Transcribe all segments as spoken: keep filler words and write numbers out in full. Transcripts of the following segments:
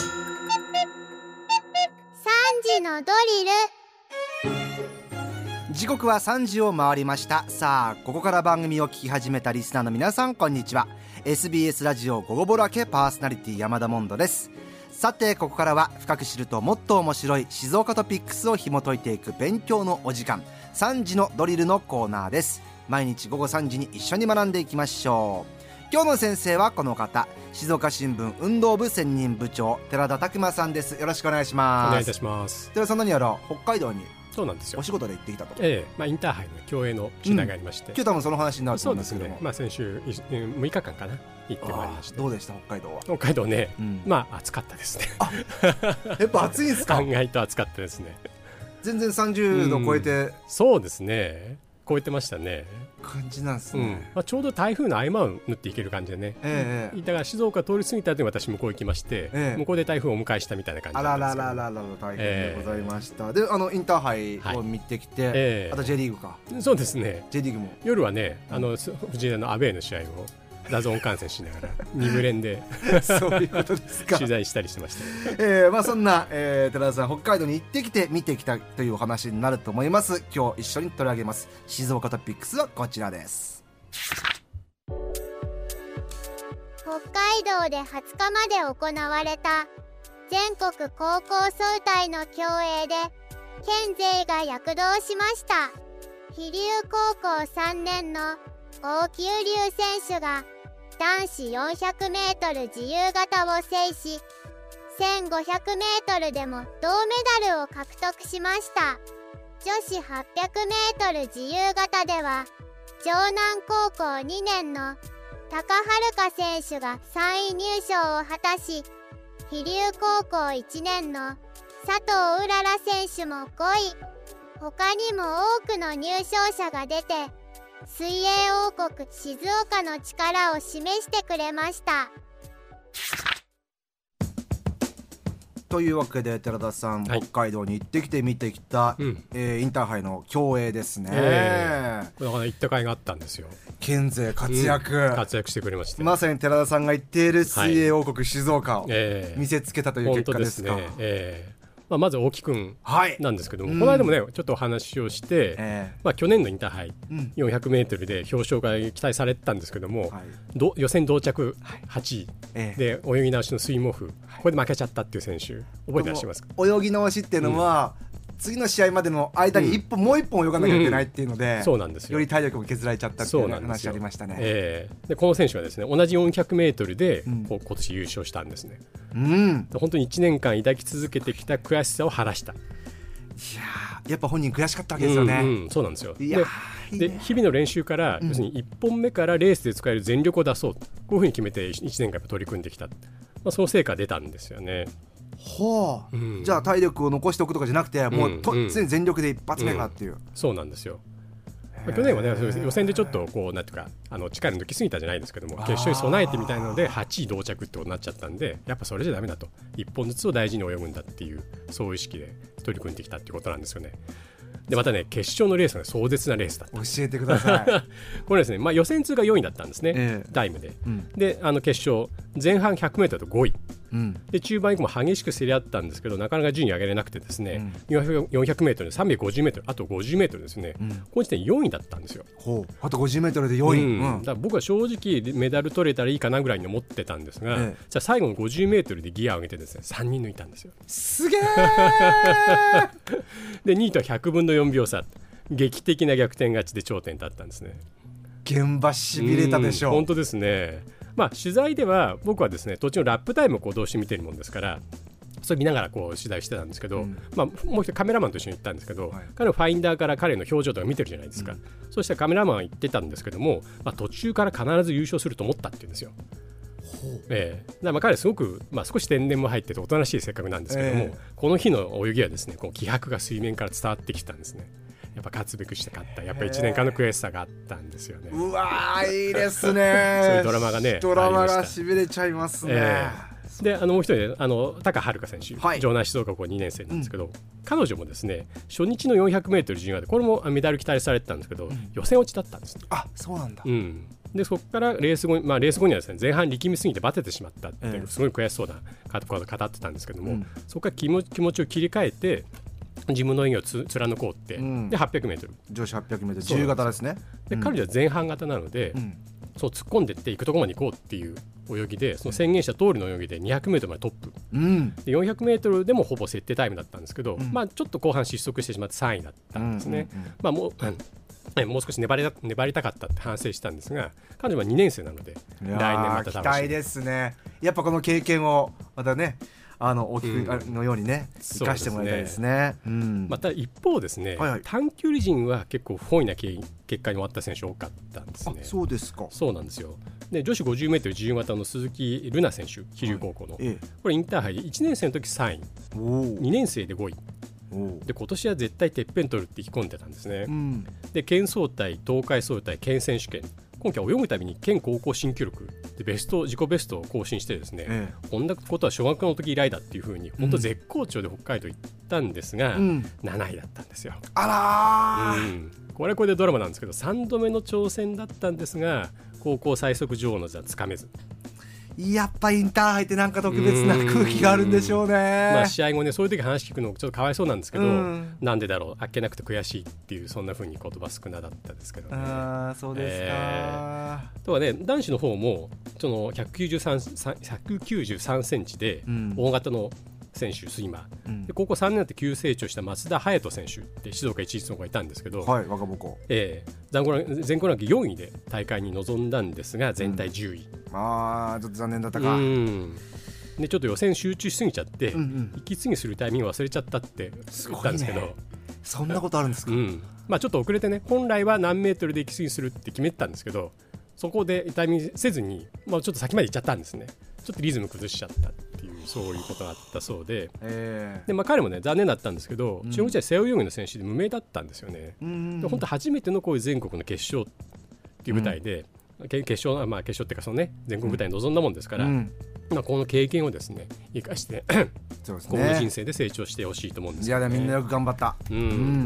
時のドリル。 時刻はさんじを回りました。さあここから番組を聞き始めたリスナーの皆さん、こんにちは。 エスビーエス ラジオ午後ぼらけパーソナリティ山田モンドです。さてここからは深く知るともっと面白い静岡トピックスを紐解いていく勉強のお時間、さんじのドリルのコーナーです。毎日午後さんじに一緒に学んでいきましょう。今日の先生はこの方、静岡新聞運動部専任部長寺田拓馬さんです。よろしくお願いします。 お願いいたします。 寺田さん、何やら北海道にそうなんですよ、 お仕事で行ってきたと。 ええ、まあ、インターハイの競泳の取材がありまして、うん、 今日多分その話になると思うんですけども、 そうですね、まあ、先週むいかかんかな行ってまいりました。 どうでした北海道は。 北海道ね、うん、まあ暑かったですね。あやっぱ暑いんですか。 意外と暑かったですね。 全然さんじゅうど超えて、うん、 そうですね、超えてましたね。 感じなんですね、 うん、まあ、ちょうど台風の合間を縫っていける感じでね、ええ、だから静岡通り過ぎた後に私向こう行きまして、ええ、向こうで台風をお迎えしたみたいな感じだったんですけど、 あららららら大変でございました、ええ、であのインターハイを見てきて、はい、ええ、あと J リーグか。 そうですね、 J リーグも夜はね、あの藤枝のアウェーの試合をダゾーン観戦しながらに部連でそういうことですか。 取材したりしてました、ね。 えーまあ、そんな、えー、寺田さん、北海道に行ってきて見てきたというお話になると思います。今日一緒に取り上げます静岡トピックスはこちらです。 北海道ではつかまで行われた全国高校総体の競泳で県勢が躍動しました。飛龍高校さんねんの大木優龍選手が男子 よんひゃくメートル 自由形を制し、せんごひゃくメートルでも銅メダルを獲得しました。女子はっぴゃくメートル 自由形では城南高校にねんの高遥選手がさんい入賞を果たし、飛龍高校いちねんの佐藤うらら選手もごい、他にも多くの入賞者が出て水泳王国静岡の力を示してくれました。 というわけで寺田さん、はい、北海道に行ってきて見てきた、うん、えー、インターハイの競泳ですね、えー、だから行った甲斐があったんですよ。県勢活躍、 うん、活躍してくれまして、 まさに寺田さんが言っている水泳王国静岡を見せつけたという結果ですか。 本当ですね、えーまあ、まず大木くんなんですけども、はい、この間もねちょっとお話をして、えーまあ、去年のインターハイ、うん、よんひゃくメートルで表彰が期待されてたんですけども、はい、ど予選同着はちい、はい、で泳ぎ直しのスイモフ、はい、これで負けちゃったっていう選手覚えてらっしゃいますか。 泳ぎ直しっていうのは、うん、次の試合までの間に一本、うん、もう一本泳がなきゃいけないっていうので、うん、 そうなんですよ。 より体力も削られちゃったっていう話ありましたね。 えー、でこの選手はですね同じよんひゃくメートルで、うん、今年優勝したんですね、うん、本当にいちねんかん抱き続けてきた悔しさを晴らした。 いややっぱ本人悔しかったわけですよね、 うんうん、そうなんですよ。いやでで日々の練習から、うん、要するにいっぽんめからレースで使える全力を出そう、こういうふうに決めていちねんかん取り組んできた、まあ、その成果が出たんですよね。 はあ、うん、じゃあ体力を残しておくとかじゃなくて、もうと、うん、常に全力で一発目がっていう、うん、 そうなんですよ。まあ、去年はね予選でちょっとこうなんていうかあの力抜きすぎたじゃないですけども、決勝に備えてみたいのではちい同着ってことになっちゃったんで、やっぱそれじゃダメだと、いっぽんずつを大事に泳ぐんだっていうそういう意識で取り組んできたっていうことなんですよね。でまたね決勝のレースが、ね、壮絶なレースだった。 教えてくださいこれですね、まあ、予選通がよんいだったんですね、えー、タイムで、うん、であの決勝前半 ひゃくメートル だとごい、うん、で中盤以降も激しく競り合ったんですけど、なかなか順位上げれなくてですね、うん、よんひゃくメートルでさんびゃくごじゅうメートル、あとごじゅうメートルですね、うん、この時点よんいだったんですよ。 ほう、あとごじゅうメートルでよい、うんうん、だから僕は正直メダル取れたらいいかなぐらいに思ってたんですが、ええ、じゃあ最後のごじゅうメートルでギアを上げてですねさんにん抜いたんですよ。 すげーでにいとはひゃくぶんのよんびょう差、劇的な逆転勝ちで頂点だったんですね。 現場しびれたでしょう。 本当ですね。まあ、取材では僕はですね途中のラップタイムをこう同時に見てるもんですから、それ見ながらこう取材してたんですけど、うんまあ、もう一人カメラマンと一緒に行ったんですけど、はい、彼のファインダーから彼の表情とか見てるじゃないですか、うん、そうしたらカメラマンは言ってたんですけども、まあ、途中から必ず優勝すると思ったって言うんですよ。えー、だからまあ彼すごく、まあ、少し天然も入ってておとなしい性格なんですけども、えー、この日の泳ぎはですねこう気迫が水面から伝わってきたんですね。やっぱ勝つべくして勝った、やっぱいちねんかんの悔しさがあったんですよね。 うわーいいですねそういうドラマがねドラマがしびれちゃいますね、えー、であのもう一人であの高遥選手、はい、城南静岡高校にねん生なんですけど、うん、彼女もですね初日の よんひゃくメートル 自由形でこれもメダル期待されてたんですけど、うん、予選落ちだったんです、ね、 あそうなんだ、 うん、 でそこからレース後に、まあ、レース後にはですね前半力みすぎてバテてしまったって、 ええ、 すごい悔しそうなことを語ってたんですけども、 うん、 そこから気持ち、気持ちを切り替えて自分の演技をつ貫こうって、うん、で はっぴゃくメートル女子 はっぴゃくメートル 自由形ですね。 で、うん、彼女は前半型なので、うん、そう突っ込んでっていくところまで行こうっていう泳ぎで、その宣言した通りの泳ぎで にひゃくメートル までトップ、うん、で よんひゃくメートル でもほぼ設定タイムだったんですけど、うん、まあ、ちょっと後半失速してしまってさんいだったんですね、うんうんうん、まあ、もう、うんもう少し粘りた、粘りたかったって反省したんですが、彼女はにねん生なので来年また楽しみ。 期待ですね。やっぱこの経験をまたね、あの大きくのようにね、うん、生かしてもらいたいですね。うん、 また一方ですね、はいはい、短距離陣は結構不本意な結果に終わった選手多かったんですね。 あ、そうですか。 そうなんですよ。で女子 ごじゅうメートル 自由形の鈴木瑠奈選手、桐生高校の、はい、ええ、これインターハイでいちねん生の時さんい、にねん生でごいで、今年は絶対てっぺん取るって意気込んでたんですね、うん、で県総体、東海総体、県選手権、今季は泳ぐたびに県高校新記録でベスト自己ベストを更新してですね、ええ、こんなことは小学の時以来だっていう風に本当絶好調で北海道行ったんですが、うん、なないだったんですよ。 あらー、うん、 これはこれでドラマなんですけどさんどめの挑戦だったんですが、高校最速女王の座つかめず。 やっぱインターハイってなんか特別な空気があるんでしょうね。 まあ、試合後ね、そういう時話聞くのちょっとかわいそうなんですけど、なんでだろう、あっけなくて悔しいっていう、そんな風に言葉少なだったですけどね。 あ、そうですか、 えー、とはね、男子の方もそのひゃくきゅうじゅうさん、ひゃくきゅうじゅうさんセンチで大型の選手、スイマー、うん、で高校さんねんになって急成長した松田隼人選手って静岡一律の子がいたんですけど、 はい、若者、 えー、全校ランクよんいで大会に臨んだんですが全体じゅうい、 うん、あーちょっと残念だったか。 うんでちょっと予選集中しすぎちゃって、うんうん、息継ぎするタイミング忘れちゃったって言ったんですけど、ね、 そんなことあるんですか、 うん、まあ、ちょっと遅れてね、本来は何メートルで息継ぎするって決めてたんですけど、そこでタイミングせずに、まあ、ちょっと先まで行っちゃったんですね。ちょっとリズム崩しちゃったっていう、そういうことがあったそうで、えーでまあ、彼もね残念だったんですけど、うん、中国時代背泳ぎの選手で無名だったんですよね。うんで本当初めてのこういう全国の決勝っていう舞台で、うん、決勝、まあ、決勝っていうかその、ね、全国舞台に臨んだもんですから、うんまあ、この経験をですね生かしてそうですね、今後の人生で成長してほしいと思うんですけど、ね、 いやみんなよく頑張った、うんうん、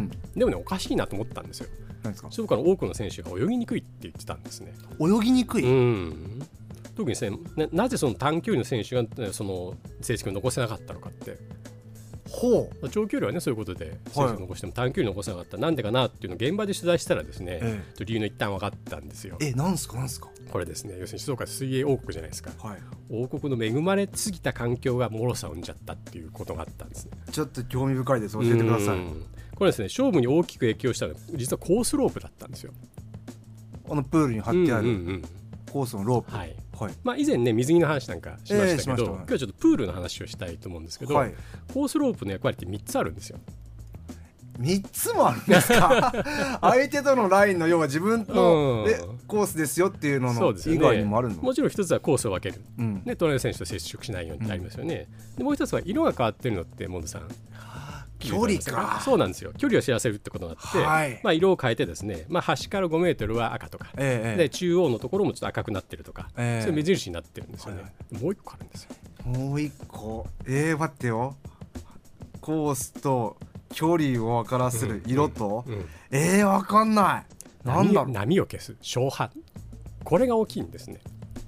でもねおかしいなと思ったんですよ。 何ですか？ そこから多くの選手が泳ぎにくいって言ってたんですね。 泳ぎにくい、 うん特にですね、な, なぜその短距離の選手がその成績を残せなかったのかって。 ほう長距離はねそういうことで成績を残しても短距離残せなかった、なんでかなっていうのを現場で取材したらですね、ええ、理由の一端分かったんですよ。 え、なんすかなんすか？ これですね、要するに静岡水泳王国じゃないですか、はい、王国の恵まれすぎた環境が脆さを生んじゃったっていうことがあったんですね。 ちょっと興味深いです、教えてください。 これですね、勝負に大きく影響したのは実はコースロープだったんですよ。 あのプールに張ってある、うんうんうん、コースのロープ、 はいはい、まあ、以前ね水着の話なんかしましたけど、えー、今日はちょっとプールの話をしたいと思うんですけど、はい、コースロープの役割ってみっつあるんですよ。 みっつもあるんですか？相手とのラインの要は自分の、うん、コースですよっていうのの以外にもあるの？ もちろん一つはコースを分ける、うん、ね、隣の選手と接触しないようになりますよね、うん、でもう一つは色が変わってるのってモンドさん距離か。 そうなんですよ、距離を知らせるってことがあって、はい、まあ、色を変えてですね、まあ、端からごメートルは赤とか、えー、で中央のところもちょっと赤くなってるとか、えー、そういう目印になってるんですよね、はい、もう一個あるんですよ。 もう一個、えー、待ってよ、コースと距離を分からせる色と、うんうんうん、えー、分かんない。なんだろう。 波を消す消波、これが大きいんですね。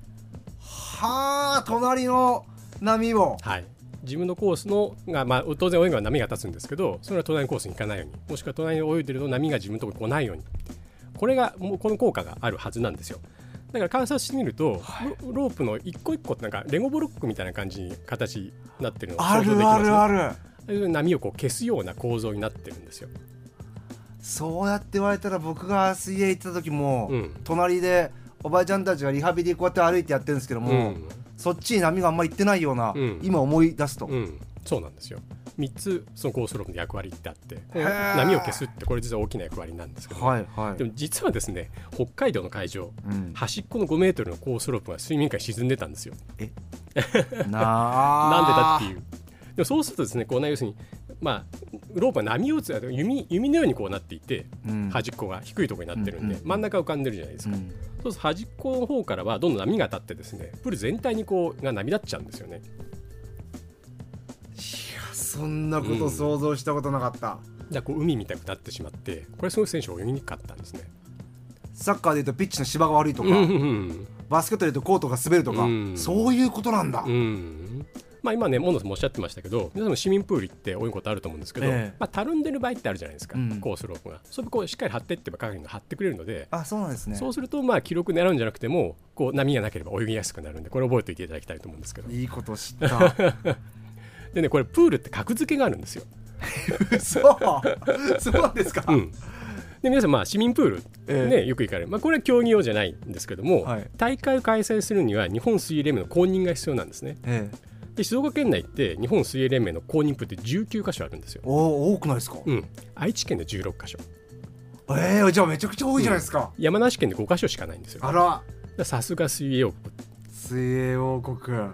はあ、隣の波を、 はい、自分のコースのが、まあ、当然泳ぎは波が立つんですけど、それは隣のコースに行かないように、もしくは隣に泳いでると波が自分のところに来ないように、これがもうこの効果があるはずなんですよ。だから観察してみると、はい、ロープの一個一個ってなんかレゴブロックみたいな感じに形になってるのが想像できますね。 あるあるある。 波をこう消すような構造になってるんですよ。 そうやって言われたら、僕が水泳行った時も、うん、隣でおばあちゃんたちがリハビリこうやって歩いてやってるんですけども、うん、そっちに波があんまり行ってないような、うん、今思い出すと、うん、そうなんですよ。みっつそのコースロープの役割ってあって、波を消すってこれ実は大きな役割なんですけど、はいはい、でも実はですね、北海道の海上、うん、端っこのごメートルのコースロープが水面下に沈んでたんですよ。えな, なんでだっていう。でもそうするとですね、こう要するに、まあ、ロープは波を打つ弓、弓のようにこうなっていて、うん、端っこが低いところになってるんで、うんうん、真ん中浮かんでるじゃないですか、うん、そうすると端っこの方からはどんどん波が立ってですね、プール全体にこうが波立っちゃうんですよね。 いや、そんなこと想像したことなかった、 うん、だからこう海みたいになってしまって、これすごい選手泳ぎにくかったんですね。 サッカーでいうとピッチの芝が悪いとか、 うんうん、 バスケットでいうとコートが滑るとか、うん、そういうことなんだ、 うん、まあ、今ねモンドさんもおっしゃってましたけど、皆さんも市民プール行って泳ぐことあると思うんですけど、えーまあ、たるんでる場合ってあるじゃないですか、うん、コースロープがそれこうしっかり張っていってば係が張ってくれるので、 あ、そうなんですね。 そうするとまあ記録狙うんじゃなくてもこう波がなければ泳ぎやすくなるんで、これ覚えておいていただきたいと思うんですけど。 いいこと知ったでね、これプールって格付けがあるんですよそうそうなんですか、 うん、で皆さんまあ市民プール、ねえー、よく行かれる、まあ、これは競技用じゃないんですけども、はい、大会を開催するには日本水泳連盟の公認が必要なんですね、えー、で静岡県内って日本水泳連盟の公認プールってじゅうきゅうかしょあるんですよ。 お多くないですか、 うん、愛知県でじゅうろっかしょ、 えー、じゃあめちゃくちゃ多いじゃないですか、 うん、山梨県でごかしょしかないんですよ。 あら、 さすが水泳王国。 水泳王国、うん、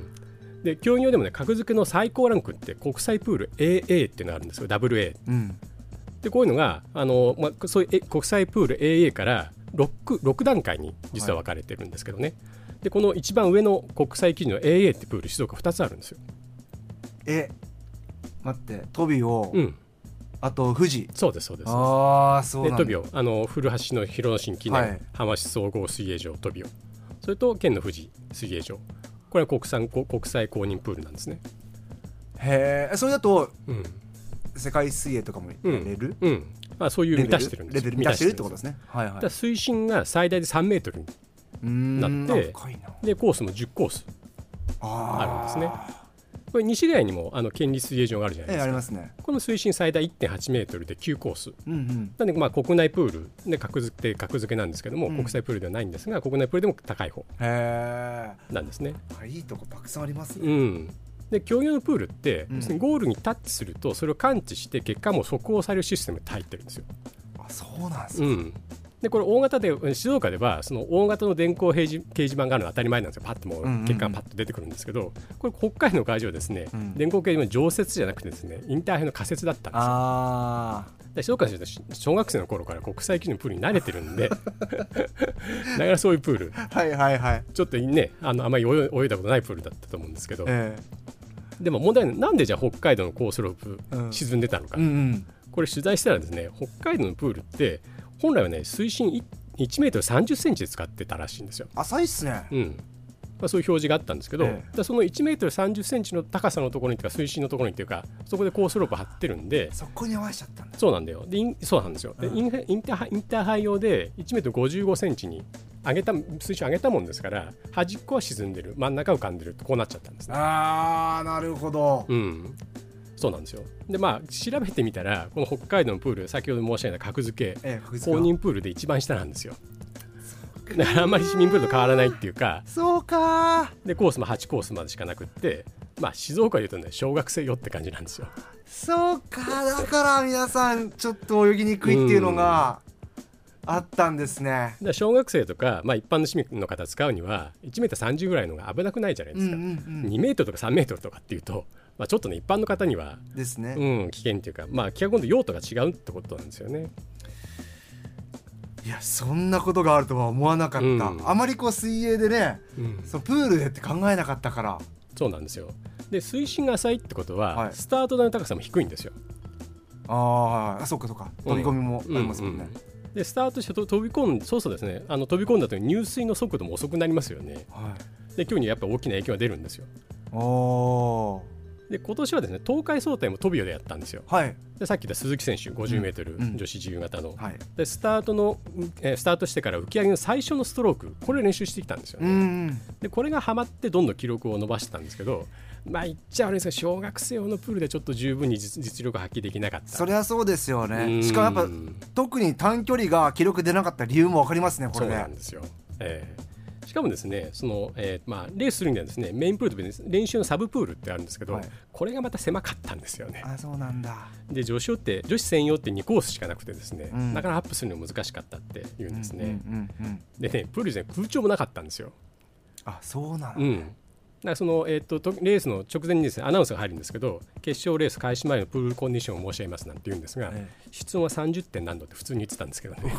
で競技用でもね、格付けの最高ランクって国際プール エーエー っていうのがあるんですよ。 ダブルエー、うん、でこういうのがあの、まあ、そういう国際プール エーエー から 6, ろく段階に実は分かれてるんですけどね、はい、でこの一番上の国際基準の エーエー ってプール静岡ふたつあるんですよ。 え待ってトビオ、うん、あと富士。 そうですそうです。 ああそうなんだ。 でトビオ、あの古橋の広野新記念、はい、浜市総合水泳場トビオ、それと県の富士水泳場、これは国産国際公認プールなんですね。 へえ、それだと、うん、世界水泳とかもやれる、うんうん、まあ、 そういう満たしてるんです。 レベル満たしてるってことですね。はいはい、 だ水深が最大でさんメートルになって、でコースもじゅっコースあるんですね。これ西ヶ谷にもあの県立水泳場があるじゃないですか、 ええ、ありますね。 この水深最大 いってんはちメートルできゅうコース、うんうん、なんでまあ国内プールで格付け格付けなんですけども、うん、国際プールではないんですが国内プールでも高い方なんですね。 へいいとこたくさんありますね、 うん、で競技用のプールって、うん、ゴールにタッチするとそれを感知して結果も速報されるシステムって入ってるんですよ。 あ、そうなんですか、うん、 でこれ大型で静岡ではその大型の電光掲示、掲示板があるのは当たり前なんですよ。パッともう結果がパッと出てくるんですけど、うんうんうん、これ北海道の会場はですね、うん、電光掲示板常設じゃなくてですねインターハイの仮設だったんですよ。あで静岡の人は小学生の頃から国際基準のプールに慣れてるんでだからそういうプール、 はいはいはい、 ちょっとね あのあまり泳いだことないプールだったと思うんですけど、えー、でも問題はなんでじゃあ北海道のコースロープ沈んでたのか、うんうんうん、これ取材したらですね、北海道のプールって本来はね水深いちメートルさんじゅっセンチで使ってたらしいんですよ。 浅いっすね、うんまあ、そういう表示があったんですけど、ええ、だそのいちメートルさんじゅっセンチの高さのところにというか水深のところにというかそこでコースロープ張ってるんで、 そこに合わせちゃったんだ。 そうなんだよ。でそうなんですよ、うん、でインインターハイインターハイ用でいちメートルごじゅうごセンチに上げた水深上げたもんですから端っこは沈んでる真ん中浮かんでるとこうなっちゃったんですね。 あーなるほど、 うん、そうなんですよ。でまあ調べてみたらこの北海道のプール先ほど申し上げた格付け、ええ、公認プールで一番下なんですよ。だからあんまり市民プールと変わらないっていうか、 そうかでコースもはちコースまでしかなくって、まあ、静岡でいうとね小学生よって感じなんですよ。 そうか、だから皆さんちょっと泳ぎにくいっていうのがあったんですね。 だ小学生とか、まあ、一般の市民の方使うにはいちメートルさんじゅうぐらいのが危なくないじゃないですか、うんうんうん、にメートルとかさんメートルとかっていうと、まあ、ちょっとね一般の方にはですね、 うん、危険っていうか、まあ、企画今度用途が違うってことなんですよね。 いやそんなことがあるとは思わなかった、うん、あまりこう水泳でね、うん、そのプールでって考えなかったから。 そうなんですよ。で水深が浅いってことは、はい、スタート台の高さも低いんですよ。 ああそうかそうか、飛び込みもありますもんね、 うんうんうん、でスタートして飛び込んそうそうですね、あの飛び込んだと入水の速度も遅くなりますよね、はい、で今日にやっぱ大きな影響が出るんですよ。おで今年はですね東海総体もトビオでやったんですよ、はい、でさっき言った鈴木選手 ごじゅうメートル、うん、女子自由形の、はい、でスタートの、えー、スタートしてから浮き上げの最初のストロークこれ練習してきたんですよね、うん、でこれがハマってどんどん記録を伸ばしてたんですけど、まあ言っちゃ悪いですが小学生用のプールでちょっと十分に 実, 実力発揮できなかった。 そりゃそうですよね。しかもやっぱ特に短距離が記録出なかった理由も分かりますねこれね。 そうなんですよ、えーしかもですね、そのえーまあ、レースするにはですねメインプールと練習のサブプールってあるんですけど、はい、これがまた狭かったんですよね。 あ、そうなんだ。で女子用って女子専用ってにコースしかなくてですね、うん、だからアップするの難しかったっていうんですね、うんうんうんうん、でねプールで空調もなかったんですよ。 あ、そうなんだ、 うん、だからその、えー、とレースの直前にですねアナウンスが入るんですけど、決勝レース開始前のプールコンディションを申し上げますなんて言うんですが、ええ、室温はさんじゅってん何度って普通に言ってたんですけどね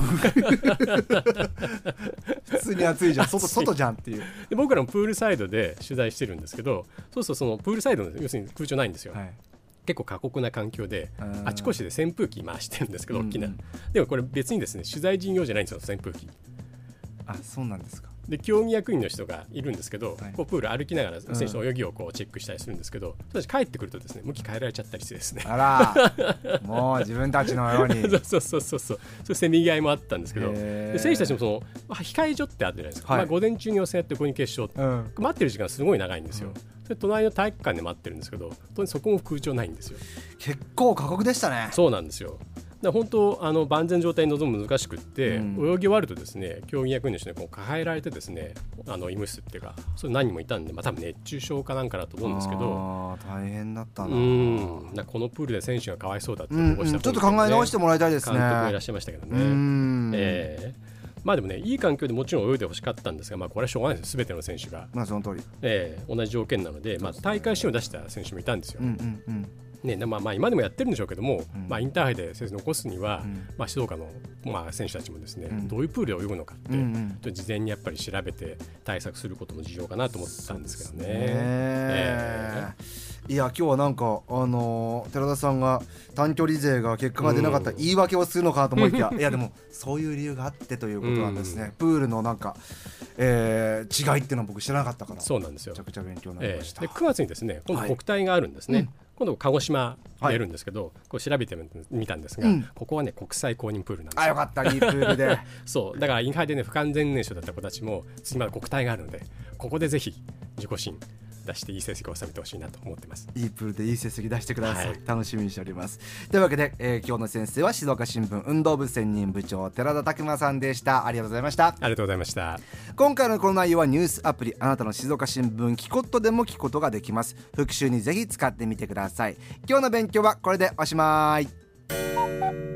普通に暑いじゃん 外, 外じゃんっていうで僕らもプールサイドで取材してるんですけど、そうするとそのプールサイドの要するに空調ないんですよ、はい、 結構過酷な環境であちこちで扇風機回してるんですけど、大きな、うんうん、でもこれ別にですね取材陣用じゃないんですよ扇風機。 あ、そうなんですか。 で競技役員の人がいるんですけど、はい、こうプール歩きながら選手の泳ぎをこうチェックしたりするんですけど、うん、帰ってくるとですね向き変えられちゃったりしてですね、 あらもう自分たちのようにそうそうそうそうそういうせめぎ合いもあったんですけど、で選手たちもその控え所ってあるじゃないですか、はい、まあ、午前中に予選やってここに決勝、うん、待ってる時間すごい長いんですよ、うん、それ隣の体育館で待ってるんですけど本当にそこも空調ないんですよ。 結構過酷でしたね。 そうなんですよ。だ本当あの万全状態に臨むの難しくって、うん、泳ぎ終わるとですね競技役員の人にこう抱えられてですねあの医務室っていうかそれ何人もいたんで、まあ、多分熱中症かなんかだと思うんですけど、 あ大変だったな。 うんだこのプールで選手がかわいそうだって、ね、 うんうん、ちょっと考え直してもらいたいですね。 監督もいらっしゃいましたけどね。うん、えーまあでもねいい環境でもちろん泳いでほしかったんですが、まあ、これはしょうがないですよ全ての選手が、 まあ、その通り、 えー、同じ条件なので、まあ、大会新を出した選手もいたんですよ、うんうんうんねまあ、まあ今でもやってるんでしょうけども、うんまあ、インターハイで成績残すには、うんまあ、静岡の、まあ、選手たちもですね、うん、どういうプールで泳ぐのかって、うんうん、事前にやっぱり調べて対策することも重要かなと思ったんですけどね。えー、いや今日はなんか、あのー、寺田さんが短距離勢が結果が出なかった言い訳をするのかと思いきや、うん、いやでもそういう理由があってということなんですね、うん、プールのなんか、えー、違いっていうのは僕知らなかったからそうなんですよ。 めちゃくちゃ勉強になりました、 えー、でくがつにですね今度国体があるんですね、はい、うん今度鹿児島でやるんですけど、はい、こう調べてみたんですが、うん、ここはね国際公認プールなんですよ。 あよかったいいプールでそうだからインハイでね不完全燃焼だった子たちも次まだ国体があるのでここでぜひ自己新出していい成績を収めてほしいなと思ってます。 いいプールでいい成績出してください、 はい、 楽しみにしております。というわけで、えー、今日の先生は静岡新聞運動部専任部長寺田拓馬さんでした。ありがとうございました。ありがとうございました。 今回のこの内容はニュースアプリあなたの静岡新聞キコットでも聞くことができます。復習にぜひ使ってみてください。今日の勉強はこれでおしまい。